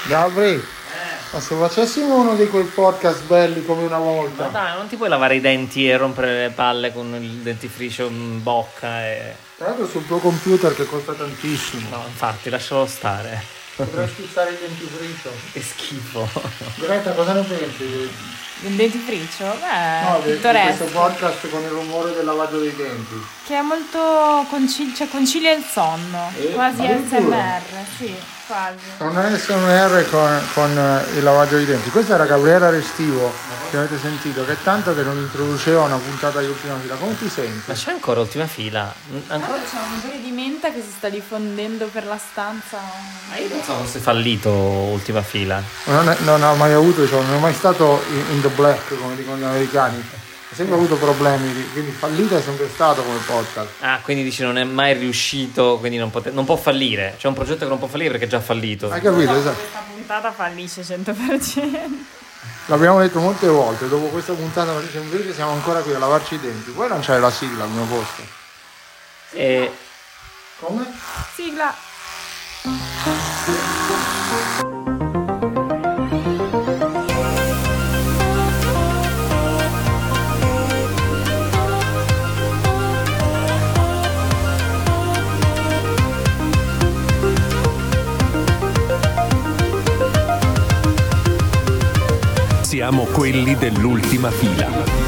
Gabri, ma se facessimo uno di quei podcast belli come una volta. Ma dai, non ti puoi lavare i denti e rompere le palle con il dentifricio in bocca e... Tra l'altro sul tuo computer che costa tantissimo. No, infatti, lascialo stare. Potresti usare il dentifricio. Che schifo. Greta, cosa ne pensi? Il dentifricio? No, di pittoresco. questo podcast con il rumore del lavaggio dei denti. Che è molto concilia il sonno, quasi addirittura. ASMR, sì, quasi. Non è SMR con il lavaggio dei denti. Questa era Gabriella Restivo, che avete sentito, che tanto che non introduceva una puntata di Ultima Fila. Come ti senti? Ma c'è ancora Ultima Fila? Ancora? C'è un odore di menta che si sta diffondendo per la stanza. Ma io non so fosse fallito Ultima Fila. Non ho mai avuto, cioè, non è mai stato in the black, come dicono gli americani. Ha sempre avuto problemi, quindi fallito è sempre stato come podcast. Ah, quindi dici non è mai riuscito, quindi non può fallire. C'è un progetto che non può fallire perché è già fallito. Hai capito? Esatto. Questa puntata fallisce 100%. L'abbiamo detto molte volte, dopo questa puntata che siamo ancora qui a lavarci i denti. Puoi lanciare la sigla al mio posto? E... Come? Sigla. Siamo quelli dell'ultima fila.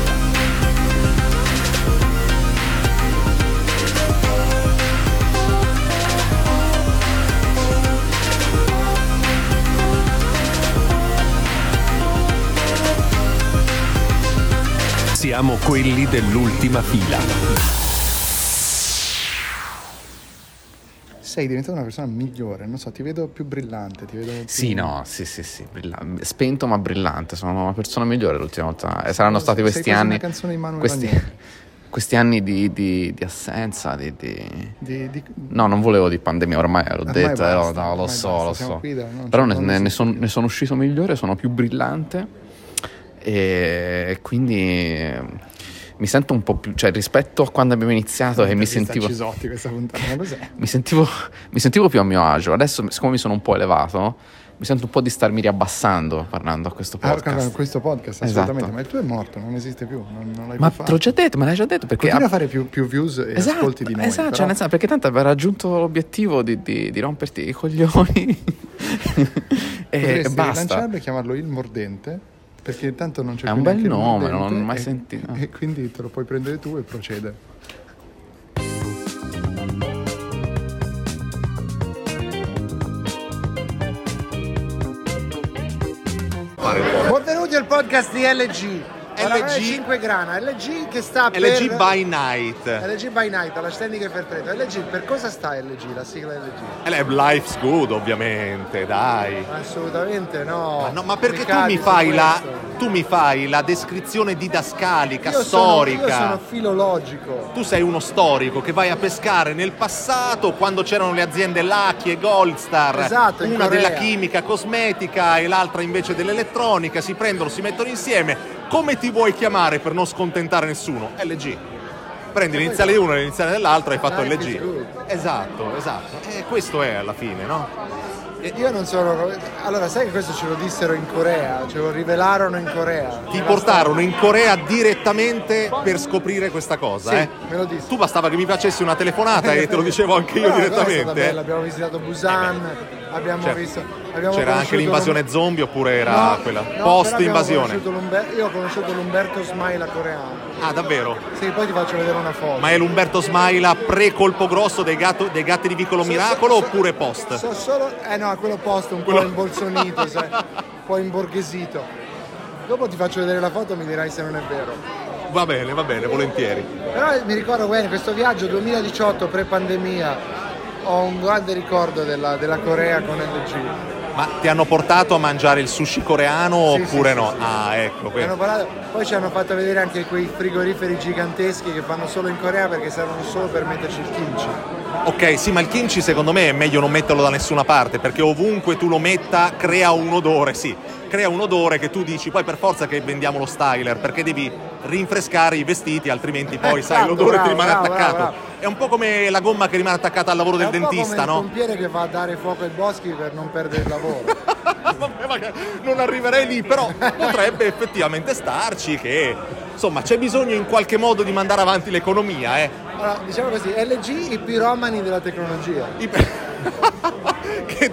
Siamo quelli dell'ultima fila. Sei diventato una persona migliore, non so, ti vedo più brillante, ti vedo più... Sì, spento ma brillante, sono una persona migliore l'ultima volta. E saranno stati questi anni, una canzone di Manuel questi anni di assenza, No, non volevo di pandemia, ormai l'ho detto, basta, no, lo ormai so, basta, lo siamo so. qui Però non ne sono uscito migliore, sono più brillante e quindi... mi sento un po' più, cioè rispetto a quando abbiamo iniziato che mi sentivo Cisotti questa puntata, ma cos'è? mi sentivo più a mio agio. Adesso, siccome mi sono un po' elevato, mi sento un po' di starmi riabbassando parlando a questo podcast. Questo podcast, Esatto. assolutamente, ma il tuo è morto, non esiste più, non l'hai Ma più te l'ho fatto. già detto, me l'hai già detto, perché Continua a fare più views e ascolti di noi. esatto, però... cioè, nel senso, perché tanto aveva raggiunto l'obiettivo di romperti i coglioni e Potresti basta. rilanciarlo e chiamarlo Il Mordente, perché intanto non c'è È più un bel neanche il nome, Mordente non l'ho mai e- sentito. E quindi te lo puoi prendere tu e procedere. Benvenuti al podcast di LG. LG 5 grana, LG che sta per LG by Night. LG by Night, alla Standing per Trento. LG, per cosa sta LG, la sigla LG? Life's Good, ovviamente, dai. Assolutamente no. Ma perché cadi su questo. tu mi fai la descrizione didascalica, Io storica. sono filologico. Tu sei uno storico che vai a pescare nel passato quando c'erano le aziende Lucky e Gold Star, Esatto, in una Corea. della chimica cosmetica e l'altra invece dell'elettronica, si prendono, si mettono insieme. Come ti vuoi chiamare per non scontentare nessuno? LG. Prendi l'iniziale di uno e l'iniziale dell'altro e hai fatto Life is LG. good. Esatto. E questo è alla fine, no? Io non sono. Allora, sai che questo ce lo dissero in Corea? Ce lo rivelarono in Corea. Ti portarono in Corea direttamente per scoprire questa cosa, Sì, me lo dissi. Tu bastava che mi facessi una telefonata e te lo dicevo anche io No, quella è stata direttamente. bella, abbiamo visitato Busan, abbiamo Certo. visto. Abbiamo C'era anche conosciuto l'invasione zombie oppure era No, quella no, post però abbiamo invasione? conosciuto io ho conosciuto l'Umberto Smaila coreano. Ah, davvero? Sì, poi ti faccio vedere una foto. Ma è l'Umberto Smaila pre-colpo grosso dei gatti di Vicolo Miracolo oppure post? So solo. No, quello posto un po' imbolsonito, sai, un po' imborghesito. Dopo ti faccio vedere la foto e mi dirai se non è vero. Va bene, volentieri. Però mi ricordo bene questo viaggio 2018 pre-pandemia, ho un grande ricordo della Corea con LG. Ma ti hanno portato a mangiare il sushi coreano Sì, oppure sì, no? sì, sì. Ah, ecco. Poi ci hanno fatto vedere anche quei frigoriferi giganteschi che fanno solo in Corea perché servono solo per metterci il kimchi. Ok, sì, ma il kimchi secondo me è meglio non metterlo da nessuna parte, perché ovunque tu lo metta crea un odore, crea un odore che tu dici poi per forza che vendiamo lo styler, perché devi rinfrescare i vestiti, altrimenti poi sai l'odore ti rimane attaccato. Bravo. È un po' come la gomma che rimane attaccata al lavoro del dentista, È un po' come no? il pompiere che va a dare fuoco ai boschi per non perdere il lavoro. Vabbè, magari non arriverei lì, però potrebbe effettivamente starci che insomma c'è bisogno in qualche modo di mandare avanti l'economia, Allora, diciamo così, LG i piromani della tecnologia. che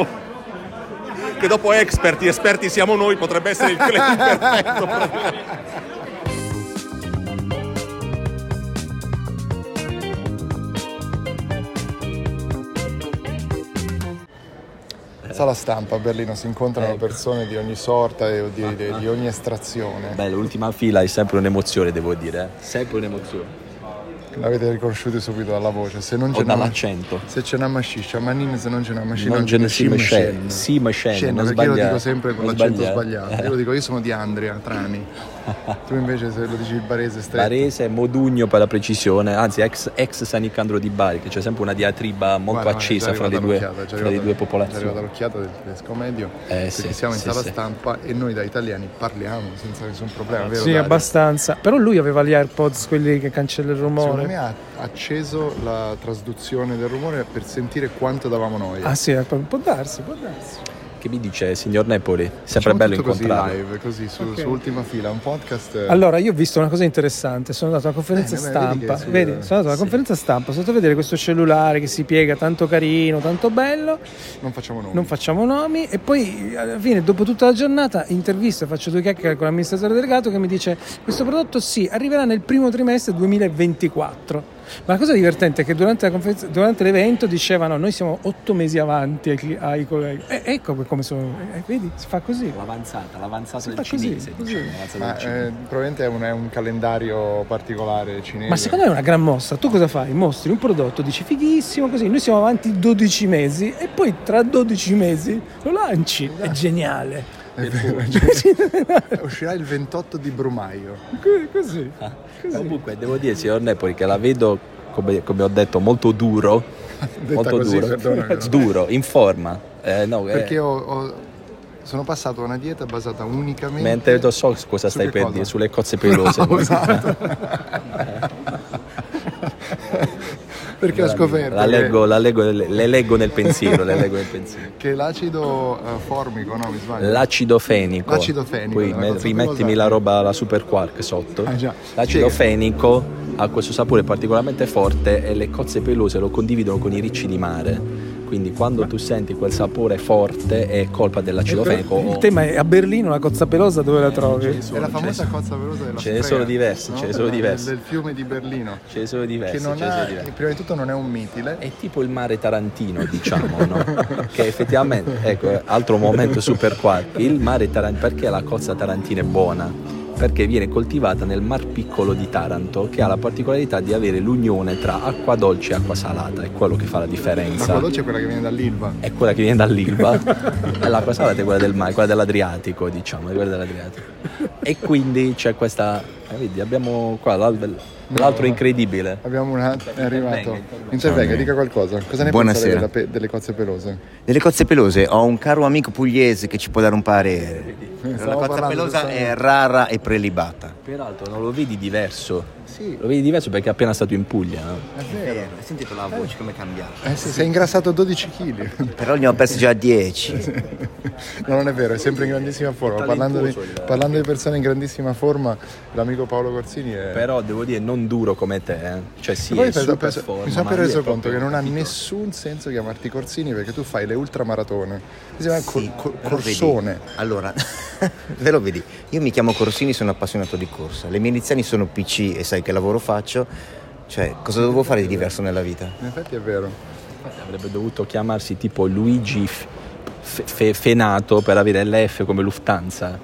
dopo esperti siamo noi, potrebbe essere il claim perfetto. Sala stampa a Berlino, si incontrano persone di ogni sorta e di ogni estrazione. Beh, l'ultima fila è sempre un'emozione, devo dire, sempre un'emozione. L'avete riconosciuto subito dalla voce, se non O c'è dall'accento. se c'è una masciscia, Manin, se non c'è una masciscia Non ce ne si mescen. Sì, mescen, non perché io lo sbaglia- dico sempre con non l'accento sbaglia- sbagliato. Io lo dico, io sono di Andria, Trani. Tu invece se lo dici il barese stretto. Barese, Modugno per la precisione, anzi ex San Nicandro di Bari, che c'è sempre una diatriba molto Guarda, accesa è fra le arrivata due l'occhiata, è arrivata popolazioni. l'occhiata del tedesco medio, perché sì, siamo in sì, sala sì. stampa e noi da italiani parliamo senza nessun problema, vero? Sì, Dario? abbastanza. Però lui aveva gli AirPods, quelli che cancella il Secondo rumore. me ha acceso la trasduzione del rumore per sentire quanto davamo noi. Ah sì, può darsi, può darsi. Che mi dice, signor Nepoli? Sempre Facciamo bello tutto incontrarlo. così live, così su ultima fila, un podcast. Allora, io ho visto una cosa interessante, sono andato a una conferenza Bene, stampa, vedi che vedi, sono andato a una conferenza stampa, sono andato a vedere questo cellulare che si piega, tanto carino, tanto bello, non facciamo nomi. non facciamo nomi, e poi alla fine, dopo tutta la giornata, intervisto e faccio due chiacchiere con l'amministratore delegato che mi dice: questo prodotto sì, arriverà nel primo trimestre 2024. Ma la cosa divertente è che durante l'evento dicevano: noi siamo 8 mesi avanti ai colleghi. Ecco come sono, vedi, si fa così. L'avanzata Si del fa così, cinese, così. diciamo, l'avanzata Ma del cinese. probabilmente è un calendario particolare cinese. Ma secondo me è una gran mossa. Tu cosa fai? Mostri un prodotto, dici fighissimo, così noi siamo avanti 12 mesi e poi tra 12 mesi lo lanci. È geniale. È vero, uscirà il 28 di Brumaio. Così. Comunque devo dire, signor Nepoli, che la vedo, come ho detto, molto duro. Detta Molto così, duro. perdonami. Duro, in forma. Perché sono passato a una dieta basata unicamente. Mentre non so cosa su stai che per cosa? dire, sulle cozze pelose. Bravo, esatto. Perché ho scoperto le leggo nel pensiero, che l'acido formico, no, mi sbaglio? L'acido fenico. Poi della cozza rimettimi pelosa. la roba, la super quark sotto. Ah, già. L'acido Spiega. fenico ha questo sapore particolarmente forte e le cozze pelose lo condividono con i ricci di mare. Quindi quando tu senti quel sapore forte è colpa dell'acido fenico. Il tema è: a Berlino la cozza pelosa dove la trovi? È la famosa cozza pelosa della Ce ne Sprea, sono diverse, no? ce ne sono diverse. Del fiume di Berlino. Ce ne sono diversi. Che non prima di tutto non è un mitile. È tipo il mare tarantino, diciamo, no? Che effettivamente, ecco, altro momento super quark. Il mare tarantino, perché la cozza tarantina è buona? Perché viene coltivata nel mar piccolo di Taranto, che ha la particolarità di avere l'unione tra acqua dolce e acqua salata, è quello che fa la differenza. L'acqua dolce è quella che viene dall'Ilva. È quella che viene dall'Ilva e l'acqua salata è quella del mare, quella dell'Adriatico, diciamo, è quella dell'Adriatico. E quindi c'è questa, vedi, abbiamo qua l'altro incredibile. Abbiamo è arrivato. Intervenga, dica qualcosa. Cosa ne Buonasera. pensa delle cozze pelose? Delle cozze pelose ho un caro amico pugliese che ci può dare un parere. La Stavo cozza parlando pelosa giustamente. è rara e prelibata. Peraltro non lo vedi diverso. Sì. Lo vedi diverso perché è appena stato in Puglia, no? È vero. Hai sentito la voce come è cambiata? Sei ingrassato 12 kg. Però ne ho persi già 10. No, non è vero, è sempre in grandissima forma. Parlando di persone in grandissima forma, l'amico Paolo Corsini è. Però devo dire non duro come te, eh. Cioè sì, Poi è super mi forma, sono ma appena lui reso è conto che proprio, non ha capito? nessun senso chiamarti Corsini perché tu fai le ultramaratone. Si chiama Sì, però Corsone. vedi, allora, ve lo vedi, io mi chiamo Corsini, sono appassionato di corsa. Le mie iniziali sono PC e sai che lavoro faccio. Cioè, cosa dovevo fare di diverso nella vita? In effetti è vero. Avrebbe dovuto chiamarsi tipo Luigi Fenato per avere l'F come Lufthansa.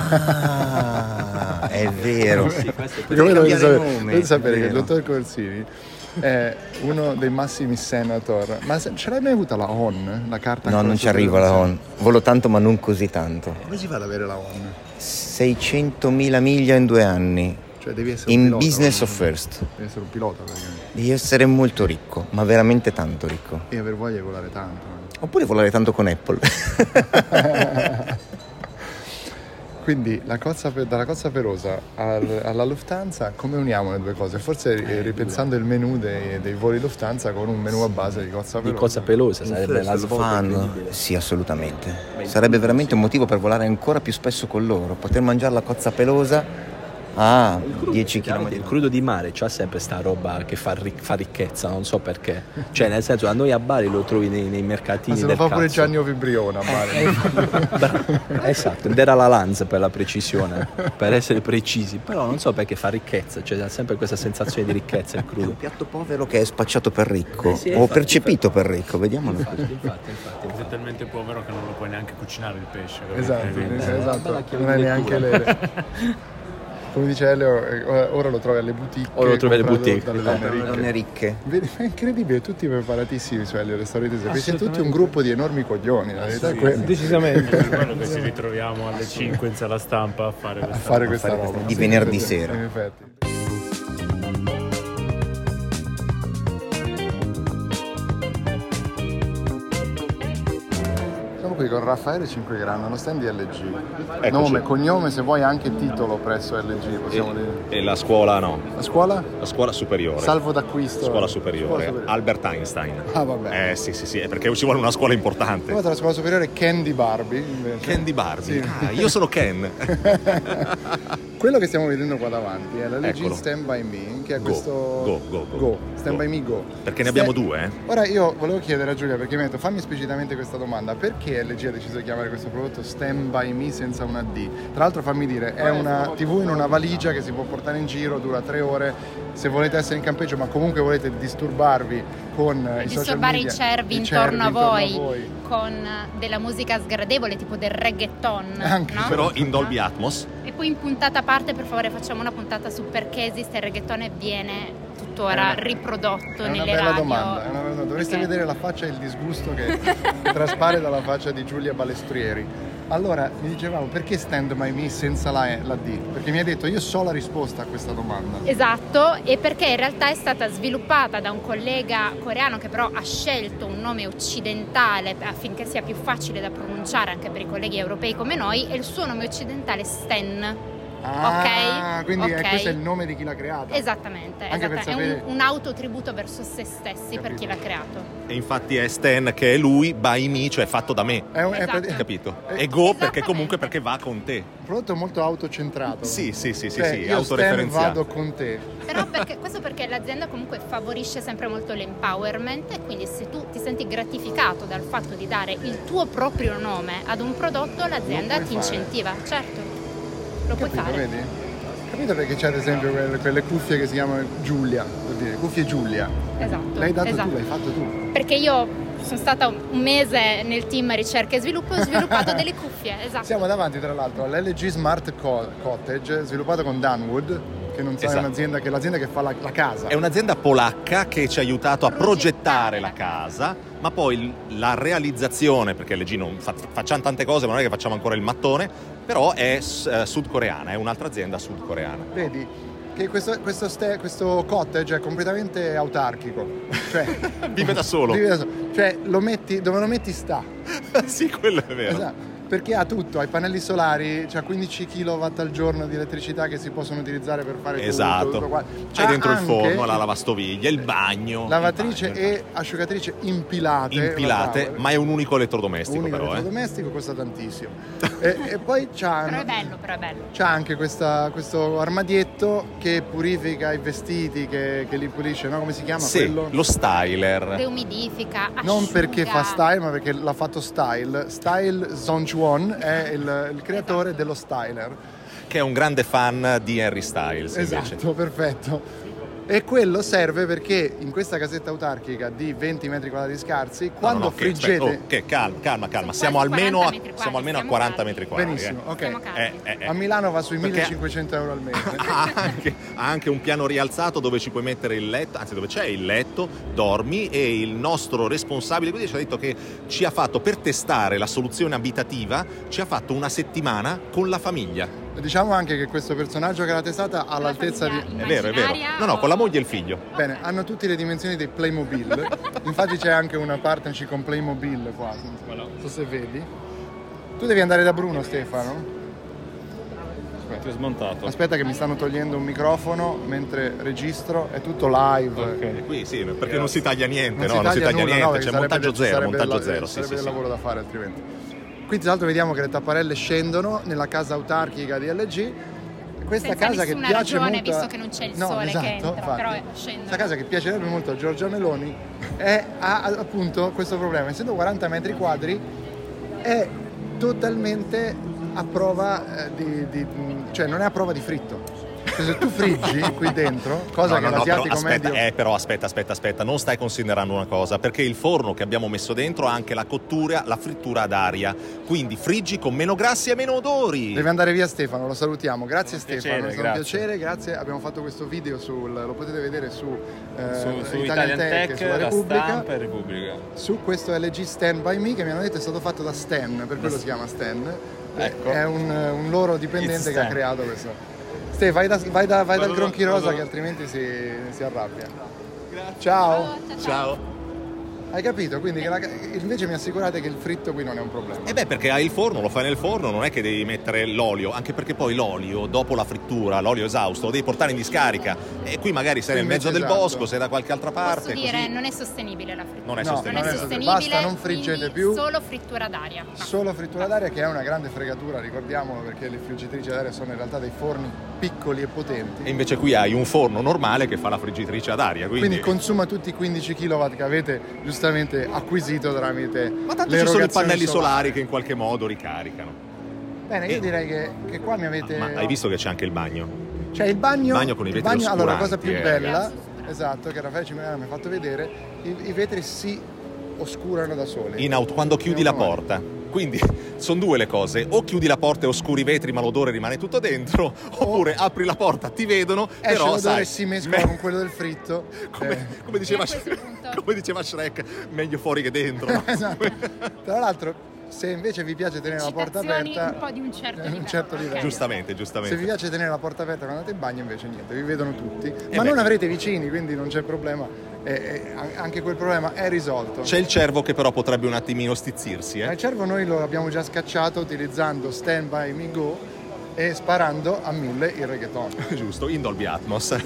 Ah, è vero. Perché voi dovete sapere che il dottor Corsini è uno dei massimi senator. Ma ce l'hai mai avuta la ON? La carta? No, non ci arrivo alla ON. Volo tanto ma non così tanto. Come si fa ad avere la ON? 600.000 miglia in 2 anni. Cioè devi essere un In pilota, business no? of first. Devi essere un pilota praticamente. Devi essere molto ricco, ma veramente tanto ricco. E aver voglia di volare tanto. Oppure volare tanto con Apple. Quindi dalla cozza pelosa alla Lufthansa, come uniamo le due cose? Forse ripensando il menù dei voli Lufthansa con un menù a base di cozza pelosa. Di cozza pelosa sarebbe la svolta Fanno. incredibile. Sì, assolutamente. Sarebbe veramente un motivo per volare ancora più spesso con loro, poter mangiare la cozza pelosa a 10 km. Il crudo di mare c'ha sempre sta roba che fa ricchezza, non so perché. Cioè, nel senso, a noi a Bari lo trovi nei mercatini. Ma se lo del fa pure cazzo. Gianni Ovibrione a Bari. Esatto, ed era la Lanz per la precisione, per essere precisi. Però non so perché fa ricchezza, cioè ha sempre questa sensazione di ricchezza il È crudo. un piatto povero che è spacciato per ricco Sì, o infatti, percepito per ricco, vediamolo. Infatti. È talmente povero che non lo puoi neanche cucinare il pesce. Esatto. Non è neanche lei. Come dice Elio, ora lo trovi alle boutique. Ora lo trovi alle comprato boutique. dalle Donne ricche. Vedi, è incredibile, tutti preparatissimi su Elio, le storie di Perché siete tutti un gruppo di enormi coglioni, la verità è quella. Decisamente. È quello che ci ritroviamo alle 5 in sala stampa a fare questa roba. Di venerdì sera. In effetti. Qui con Raffaele Cinquegrana, lo stand di LG. Nome, cognome, se vuoi anche titolo presso LG, possiamo dire. E la scuola no. La scuola? La scuola superiore. Salvo d'acquisto. Scuola superiore. Albert Einstein. Ah, vabbè. Sì, è perché ci vuole una scuola importante. Poi la scuola superiore Candy Barbie invece. Candy Barbie. Sì. Ah, io sono Ken. Quello che stiamo vedendo qua davanti è la LG Eccolo. Stand By Me, che è Go, questo go. Stand By Me Go. Perché ne abbiamo due, Ora io volevo chiedere a Giulia, perché mi ha detto fammi esplicitamente questa domanda: perché LG ha deciso di chiamare questo prodotto Stand By Me senza una D? Tra l'altro fammi dire, è una TV in una valigia che si può portare in giro, dura 3 ore. Se volete essere in campeggio ma comunque volete disturbarvi con i social disturbare media, i cervi intorno a voi con della musica sgradevole tipo del reggaeton, Anche, no? Però in Dolby Atmos. E poi in puntata a parte, per favore, facciamo una puntata su perché esiste il reggaeton e viene tuttora riprodotto È una nelle bella radio. domanda, è una bella domanda. Dovreste Perché? vedere la faccia e il disgusto che traspare dalla faccia di Giulia Balestrieri. Allora, mi dicevamo, perché Stand By Me senza la D? Perché mi hai detto, io so la risposta a questa domanda. Esatto, e perché in realtà è stata sviluppata da un collega coreano che però ha scelto un nome occidentale affinché sia più facile da pronunciare anche per i colleghi europei come noi, e il suo nome occidentale è Stan. Ah, Ok? quindi Ok. questo è il nome di chi l'ha creata. Esattamente, Anche per sapere- è un autotributo verso se stessi per chi l'ha creato. E infatti è Stan che è lui, by me, cioè fatto da me. È un Esatto. Capito? E Go perché comunque perché va con te. un prodotto molto autocentrato. Sì, Cioè, io Stan autoreferenziale. vado con te. Però questo perché l'azienda comunque favorisce sempre molto l'empowerment, e quindi se tu ti senti gratificato dal fatto di dare il tuo proprio nome ad un prodotto, l'azienda Lo ti puoi fare. incentiva, certo. Lo puoi Capito, fare. vedi? Capito perché c'è ad esempio quelle cuffie che si chiamano Giulia, vuol dire, cuffie Giulia. Esatto. L'hai dato esatto. tu, l'hai fatto tu. Perché io sono stata un mese nel team ricerca e sviluppo e ho sviluppato delle cuffie, esatto. Siamo davanti tra l'altro all'LG Smart Cottage, sviluppato con Danwood, che non so, Esatto. è un'azienda che è l'azienda che fa la casa. È un'azienda polacca che ci ha aiutato a progettare la casa, ma poi la realizzazione, perché LG non facciamo tante cose, ma non è che facciamo ancora il mattone, però è sudcoreana, è un'altra azienda sudcoreana. Vedi che questo cottage è completamente autarchico. Cioè, Vive da solo. vive da solo. Cioè, lo metti, dove lo metti sta. Sì, quello è vero. Esatto. Perché ha tutto, ha i pannelli solari, c'ha 15 kW al giorno di elettricità che si possono utilizzare per fare Esatto. tutto qua. C'è Ha dentro il anche forno, la lavastoviglie, il bagno. lavatrice il bagno. e asciugatrice impilate. Impilate, ma è un unico elettrodomestico unico però. elettrodomestico, costa tantissimo. e poi c'ha, Però è bello. c'ha anche questo armadietto che purifica i vestiti, che li pulisce, no? Come si chiama Sì, quello? lo styler. Deumidifica, asciuga. Non perché fa style, ma perché l'ha fatto Style. Style Zongjuan è il creatore dello styler. Che è un grande fan di Harry Styles. Esatto, Invece. perfetto. E quello serve perché in questa casetta autarchica di 20 metri quadrati scarsi, quando friggete... calma. Sono Siamo quasi almeno, 40 metri siamo almeno a quadri, 40 siamo metri quadri. Benissimo, ok. Siamo calmi. A Milano va sui Perché- 1500 euro al mese. Ha anche un piano rialzato dove ci puoi mettere il letto, anzi dove c'è il letto, dormi, e il nostro responsabile quindi ci ha detto che ci ha fatto, per testare la soluzione abitativa, ci ha fatto una settimana con la famiglia. Diciamo anche che questo personaggio che l'ha testata ha l'altezza di... È vero. No, con la moglie e il figlio. Bene, hanno tutte le dimensioni dei Playmobil. Infatti c'è anche una partnership con Playmobil qua. Non so se vedi. Tu devi andare da Bruno, Stefano. Ti ho smontato. Aspetta che mi stanno togliendo un microfono mentre registro, è tutto live. Ok. Qui sì, perché non si taglia niente, Non si taglia nulla, niente, c'è montaggio zero, sarebbe del lavoro da fare altrimenti. Qui tra l'altro vediamo che le tapparelle scendono nella casa autarchica di LG. Questa Senza casa che nessuna piace ragione, molto, visto che non c'è il sole che entra, infatti. però scende. Questa casa che piacerebbe molto a Giorgia Meloni ha appunto questo problema, essendo 40 metri quadri è totalmente a prova cioè non è a prova di fritto. Cioè, se tu friggi qui dentro, cosa che l'asiatico medio... Però aspetta, non stai considerando una cosa, perché il forno che abbiamo messo dentro ha anche la cottura, la frittura ad aria, quindi friggi con meno grassi e meno odori. Deve andare via Stefano, lo salutiamo. Grazie Piacere, Stefano, è stato un piacere, grazie. Abbiamo fatto questo video lo potete vedere su Italian Tech, sulla la Repubblica. Stampa e Repubblica. Su questo LG Stand By Me, che mi hanno detto è stato fatto da Stan, per quello si chiama Stan. Ecco. È un loro dipendente che ha creato questo. Ste, vai dal Gronchi Rosa che altrimenti si arrabbia. Ciao. Ciao. Hai capito? Quindi invece mi assicurate che il fritto qui non è un problema. Perché hai il forno, lo fai nel forno, non è che devi mettere l'olio, anche perché poi l'olio, dopo la frittura, l'olio esausto, lo devi portare in discarica. E qui magari sei nel mezzo del bosco, sei da qualche altra parte. Posso dire, così... non è sostenibile la frittura. Non è sostenibile. Basta, non friggete più. Solo frittura d'aria. No. Solo frittura d'aria, che è una grande fregatura, ricordiamolo, perché le friggitrici d'aria sono in realtà dei forni piccoli e potenti. E invece qui hai un forno normale che fa la friggitrice ad aria. Quindi consuma tutti i 15 kW che avete giustamente acquisito tramite ma tanto ci sono i pannelli solari che in qualche modo ricaricano. Bene, io direi che qua mi avete... Ma hai visto che c'è anche il bagno? C'è il bagno con i vetri oscuranti. Allora, la cosa più bella, esatto, che Raffaele Ciminelli mi ha fatto vedere, i vetri si oscurano da soli. Quando chiudi la porta. Quindi sono due le cose: o chiudi la porta e oscuri i vetri ma l'odore rimane tutto dentro, oppure apri la porta, ti vedono, però l'odore si mescola con quello del fritto. Come diceva Shrek, meglio fuori che dentro. Esatto. Tra l'altro, se invece vi piace tenere la porta aperta, un po' di un certo livello. Giustamente. Se vi piace tenere la porta aperta quando andate in bagno, invece niente, vi vedono tutti. Ma non avrete vicini, quindi non c'è problema. Anche quel problema è risolto. C'è il cervo che però potrebbe un attimino stizzirsi. Il cervo noi lo abbiamo già scacciato utilizzando Stand By Me Go e sparando a 1000 il reggaeton. Giusto, in Dolby Atmos.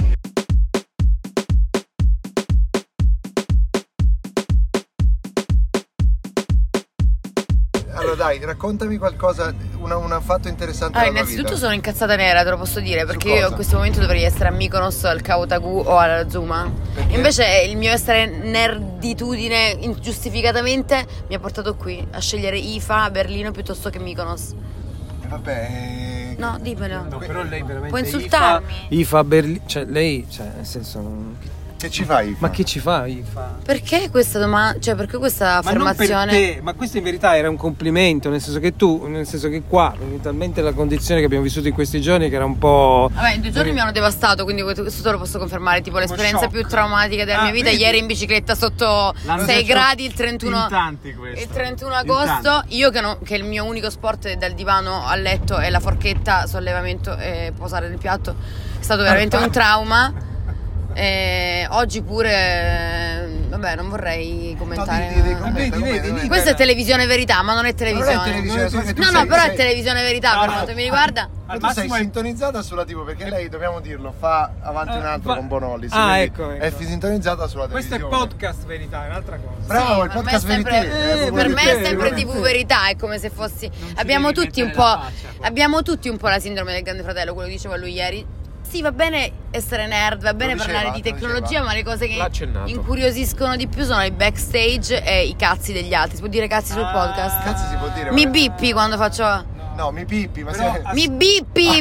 Allora dai, raccontami qualcosa, un fatto interessante della tua innanzitutto vita. sono incazzata nera, te lo posso dire, perché io in questo momento dovrei essere a Mykonos, al Kautagu o alla Zuma. Perché? Invece il mio essere nerditudine ingiustificatamente mi ha portato qui a scegliere IFA, Berlino piuttosto che Mykonos. Vabbè. No, dimmelo. No, però lei veramente può insultarmi. IFA Berlino, cioè lei, nel senso... Che ci fai? Ma che ci fa IFA? Perché questa domanda, cioè perché questa affermazione? Ma non per te, ma questo in verità era un complimento, nel senso che qua, talmente la condizione che abbiamo vissuto in questi giorni che era un po'... Vabbè, in 2 giorni mi hanno devastato, quindi questo te lo posso confermare, tipo l'esperienza più traumatica della mia vita, ieri in bicicletta sotto 6 gradi il 31 agosto, io che il mio unico sport è dal divano al letto e la forchetta, sollevamento e posare nel piatto, è stato veramente un trauma. Oggi pure vabbè, non vorrei commentare. Questa è televisione verità, ma non è televisione. No, però è televisione verità per quanto mi riguarda. Ma tu sei sintonizzata sulla TV, perché lei, dobbiamo dirlo, fa avanti un altro con Bonolli. Ecco. È sintonizzata sulla televisione. Questo è podcast verità, è un'altra cosa. Bravo, il podcast verità. Per me è sempre TV verità, è come se fossi. Abbiamo tutti un po' la sindrome del Grande Fratello, quello che diceva lui ieri. Sì, va bene essere nerd, va bene parlare di tecnologia, ma le cose che incuriosiscono di più sono i backstage e i cazzi degli altri. Si può dire cazzi sul podcast? Cazzi si può dire. Mi bippi quando faccio... No, mi pippi, ma mi bippi!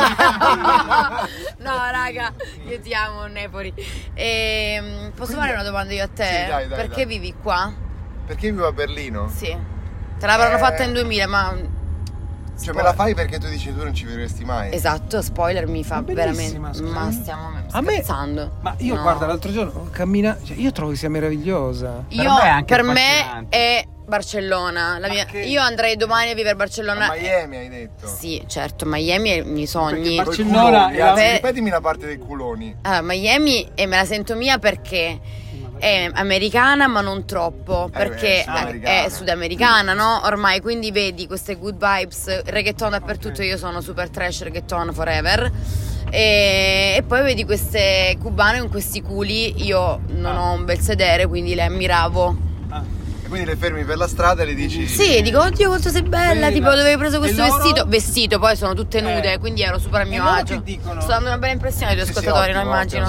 No, raga, io ti amo, Nepoli. Posso fare una domanda io a te? Sì, dai. Perché vivi qua? Perché vivo a Berlino? Sì. Te l'avranno fatta in 2000, ma... Cioè me la fai perché tu dici tu non ci vivresti mai. Esatto, spoiler mi fa veramente. Ma stiamo scherzando. Ma io guarda, l'altro giorno io trovo che sia meravigliosa. Per me è Barcellona. Io andrei domani a vivere a Barcellona. A Miami hai detto? Sì, certo, Miami è i miei sogni. Barcellona ripetimi la parte dei culoni. Miami e me la sento mia perché è americana ma non troppo, perché è sudamericana, no? Ormai, quindi vedi queste good vibes, reggaeton dappertutto, io sono super trash reggaeton forever. E poi vedi queste cubane con questi culi, io non ho un bel sedere, quindi le ammiravo. E quindi le fermi per la strada e le dici? Sì, dico oddio quanto sei bella, tipo dove hai preso questo vestito, poi sono tutte nude, quindi ero super a mio agio. Sto dando una bella impressione agli ascoltatori, no? Immagino.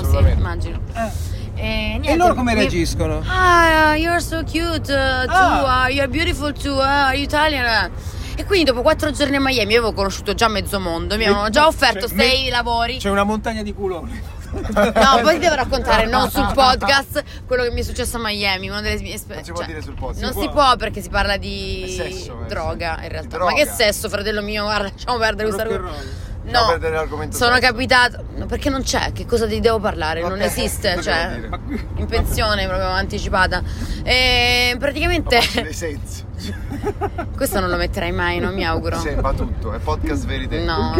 E loro come reagiscono? You're so cute too, you're beautiful too, are you Italian? E quindi dopo 4 giorni a Miami avevo conosciuto già mezzo mondo, mi avevano già offerto 6 lavori. C'è una montagna di culoni. No, poi ti devo raccontare, non sul podcast, quello che mi è successo a Miami, una delle mie esperienze. Non si può dire sul podcast. Non si può perché si parla di sesso, droga in realtà. Droga. Ma che sesso, fratello mio, guarda, lasciamo perdere questa cosa. No, sono sesso. Capitato. No, perché non c'è? Che cosa ti devo parlare? Non esiste, cioè. In pensione proprio anticipata. E praticamente. Questo non lo metterai mai, non mi auguro. Sembra tutto, è podcast verità. No,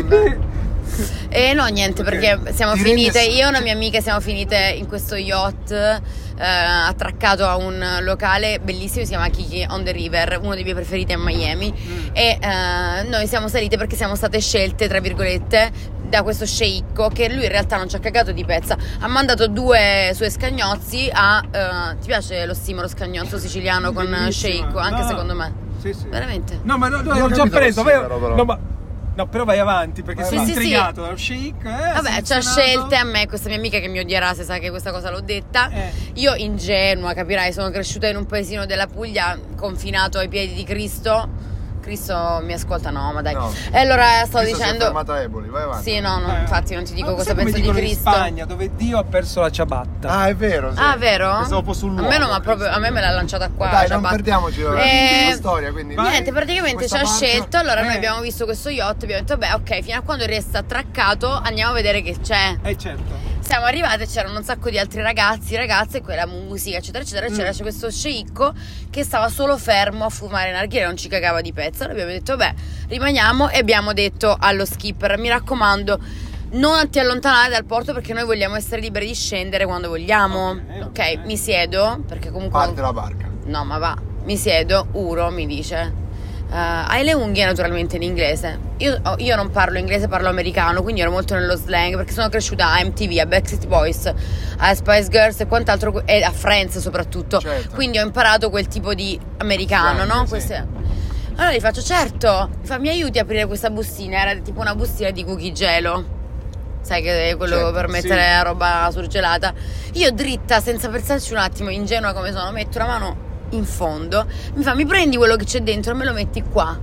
no, niente, perché siamo finite. Io e una mia amica siamo finite in questo yacht attraccato a un locale bellissimo, si chiama Kiki on the River, uno dei miei preferiti a Miami. E noi siamo salite perché siamo state scelte, tra virgolette, da questo sceicco che lui in realtà non ci ha cagato di pezza. Ha mandato 2 suoi scagnozzi a ti piace lo scagnozzo siciliano con sceicco? Anche secondo me. Sì. Veramente? No, ma l'ho già preso. No, però vai avanti perché sono intrigato dallo shake. Vabbè, c'ha scelte a me, questa mia amica che mi odierà se sa che questa cosa l'ho detta. Io ingenua, capirai, sono cresciuta in un paesino della Puglia confinato ai piedi di Cristo. Cristo mi ascolta, no, ma dai. No. E allora stavo dicendo. Si è fermata Eboli, vai avanti. Sì, no, infatti non ti dico cosa penso di Cristo. In Spagna, dove Dio ha perso la ciabatta. Ah, è vero. Sì. Ah, vero? Pensavo fosse un luogo. A me no, ma proprio a me l'ha lanciata qua. Dai, non perdiamoci la storia, quindi. Niente, praticamente ci ha scelto. Allora noi abbiamo visto questo yacht, abbiamo detto, beh, ok, fino a quando resta attraccato andiamo a vedere che c'è. Certo. Siamo arrivate, c'erano un sacco di altri ragazzi, ragazze, quella musica, eccetera, eccetera. C'era questo sceicco che stava solo fermo a fumare narghile, non ci cagava di pezza. Allora abbiamo detto, beh, rimaniamo, e abbiamo detto allo skipper, mi raccomando, non ti allontanare dal porto perché noi vogliamo essere liberi di scendere quando vogliamo. Ok, mi siedo, perché comunque. Parte la barca. No, ma va, mi siedo, Uro mi dice. Hai le unghie naturalmente in inglese. Io non parlo inglese, parlo americano, quindi ero molto nello slang perché sono cresciuta a MTV, a Backstreet Boys, a Spice Girls e quant'altro, e a Friends soprattutto. Certo. Quindi ho imparato quel tipo di americano, no? Sì. Allora gli faccio, certo, mi aiuti a aprire questa bustina. Era tipo una bustina di cookie gelo, sai, che è quello per mettere la roba surgelata. Io dritta, senza pensarci un attimo, ingenua come sono, metto la mano in fondo, mi prendi quello che c'è dentro e me lo metti qua.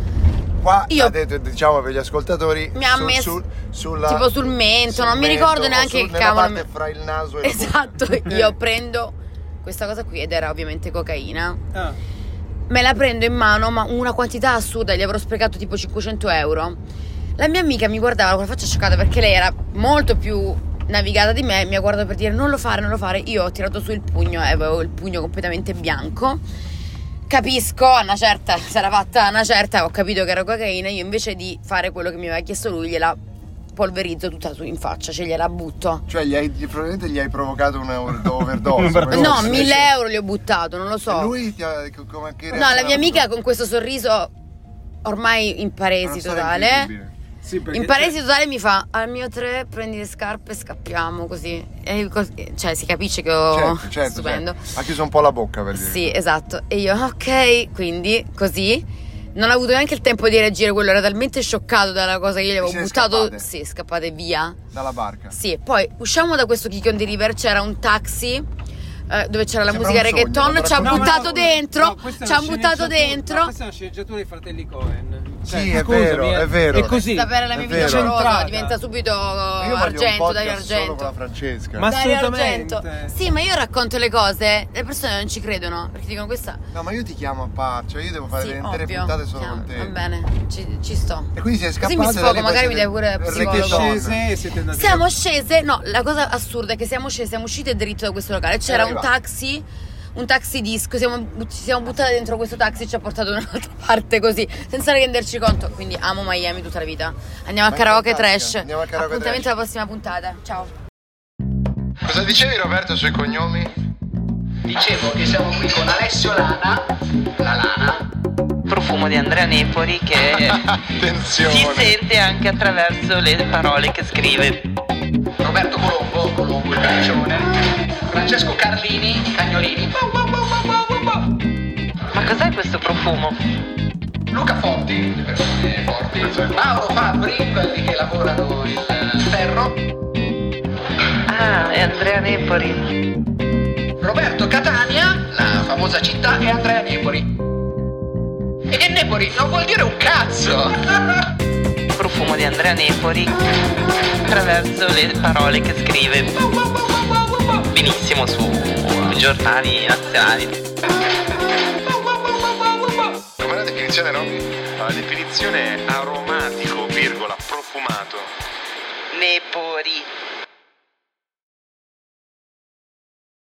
Io diciamo per gli ascoltatori, mi ha messo tipo sul mento, non mi ricordo neanche che cavolo parte fra il naso e esatto. Io prendo questa cosa qui ed era ovviamente cocaina. Me la prendo in mano, ma una quantità assurda, gli avrò sprecato tipo 500 euro. La mia amica mi guardava con la faccia scioccata perché lei era molto più navigata di me, mi ha guardato per dire non lo fare. Io ho tirato su il pugno e avevo il pugno completamente bianco. Capisco, a una certa, si era fatta una certa, ho capito che era cocaina. Io invece di fare quello che mi aveva chiesto lui, gliela polverizzo tutta su in faccia, cioè gliela butto. Cioè probabilmente gli hai provocato un'overdose. No, 1.000 euro gli ho buttato, non lo so. E lui no, la mia amica con questo sorriso ormai in paresi totale. In paresi totale mi fa, al mio 3 prendi le scarpe e scappiamo, così. Cioè si capisce che ho stupendo. Ha chiuso un po' la bocca per dire. Sì, esatto. E io, ok, quindi così. Non ho avuto neanche il tempo di reagire, quello era talmente scioccato dalla cosa che io gli avevo buttato. Scappate. Sì, scappate via dalla barca. Sì, poi usciamo da questo Kiki on the River, c'era un taxi dove c'era la musica reggaeton, ci ha buttato dentro. Ci ha buttato dentro. Questa è una sceneggiatura dei fratelli Cohen. Sì, è vero. È così. Sapere la mia vita amorosa diventa subito argento, Dario Argento. Solo con la Francesca. Ma assolutamente. Sì, ma io racconto le cose, le persone non ci credono perché dicono questa. No, ma io ti chiamo a parte, cioè io devo fare delle intere puntate solo con te. Va bene, ci sto. E quindi sei scappato. Così mi sfogo, magari mi dai pure psicologo. Siamo scese, no, la cosa assurda è che siamo uscite dritto da questo locale. C'era un taxi disco, ci siamo buttate dentro questo taxi, ci ha portato da un'altra parte così, senza renderci conto. Quindi amo Miami tutta la vita. Andiamo a Karaoke Trash. Appuntamento alla prossima puntata. Ciao. Cosa dicevi, Roberto, sui cognomi? Dicevo che siamo qui con Alessio Lana, la Lana. Profumo di Andrea Nepori che si sente anche attraverso le parole che scrive. Roberto Colombo il piccione. Francesco Carlini, i cagnolini. Ma cos'è questo profumo? Luca Forti, le persone forti. Mauro Fabbri, quelli che lavorano il ferro. Ah, è Andrea Nepori. Roberto Catania, la famosa città, e Andrea Nepori. E Nepori non vuol dire un cazzo! Profumo di Andrea Nepori attraverso le parole che scrive benissimo su giornali nazionali. Com'è la definizione, no? La definizione è aromatico, profumato. Nepori.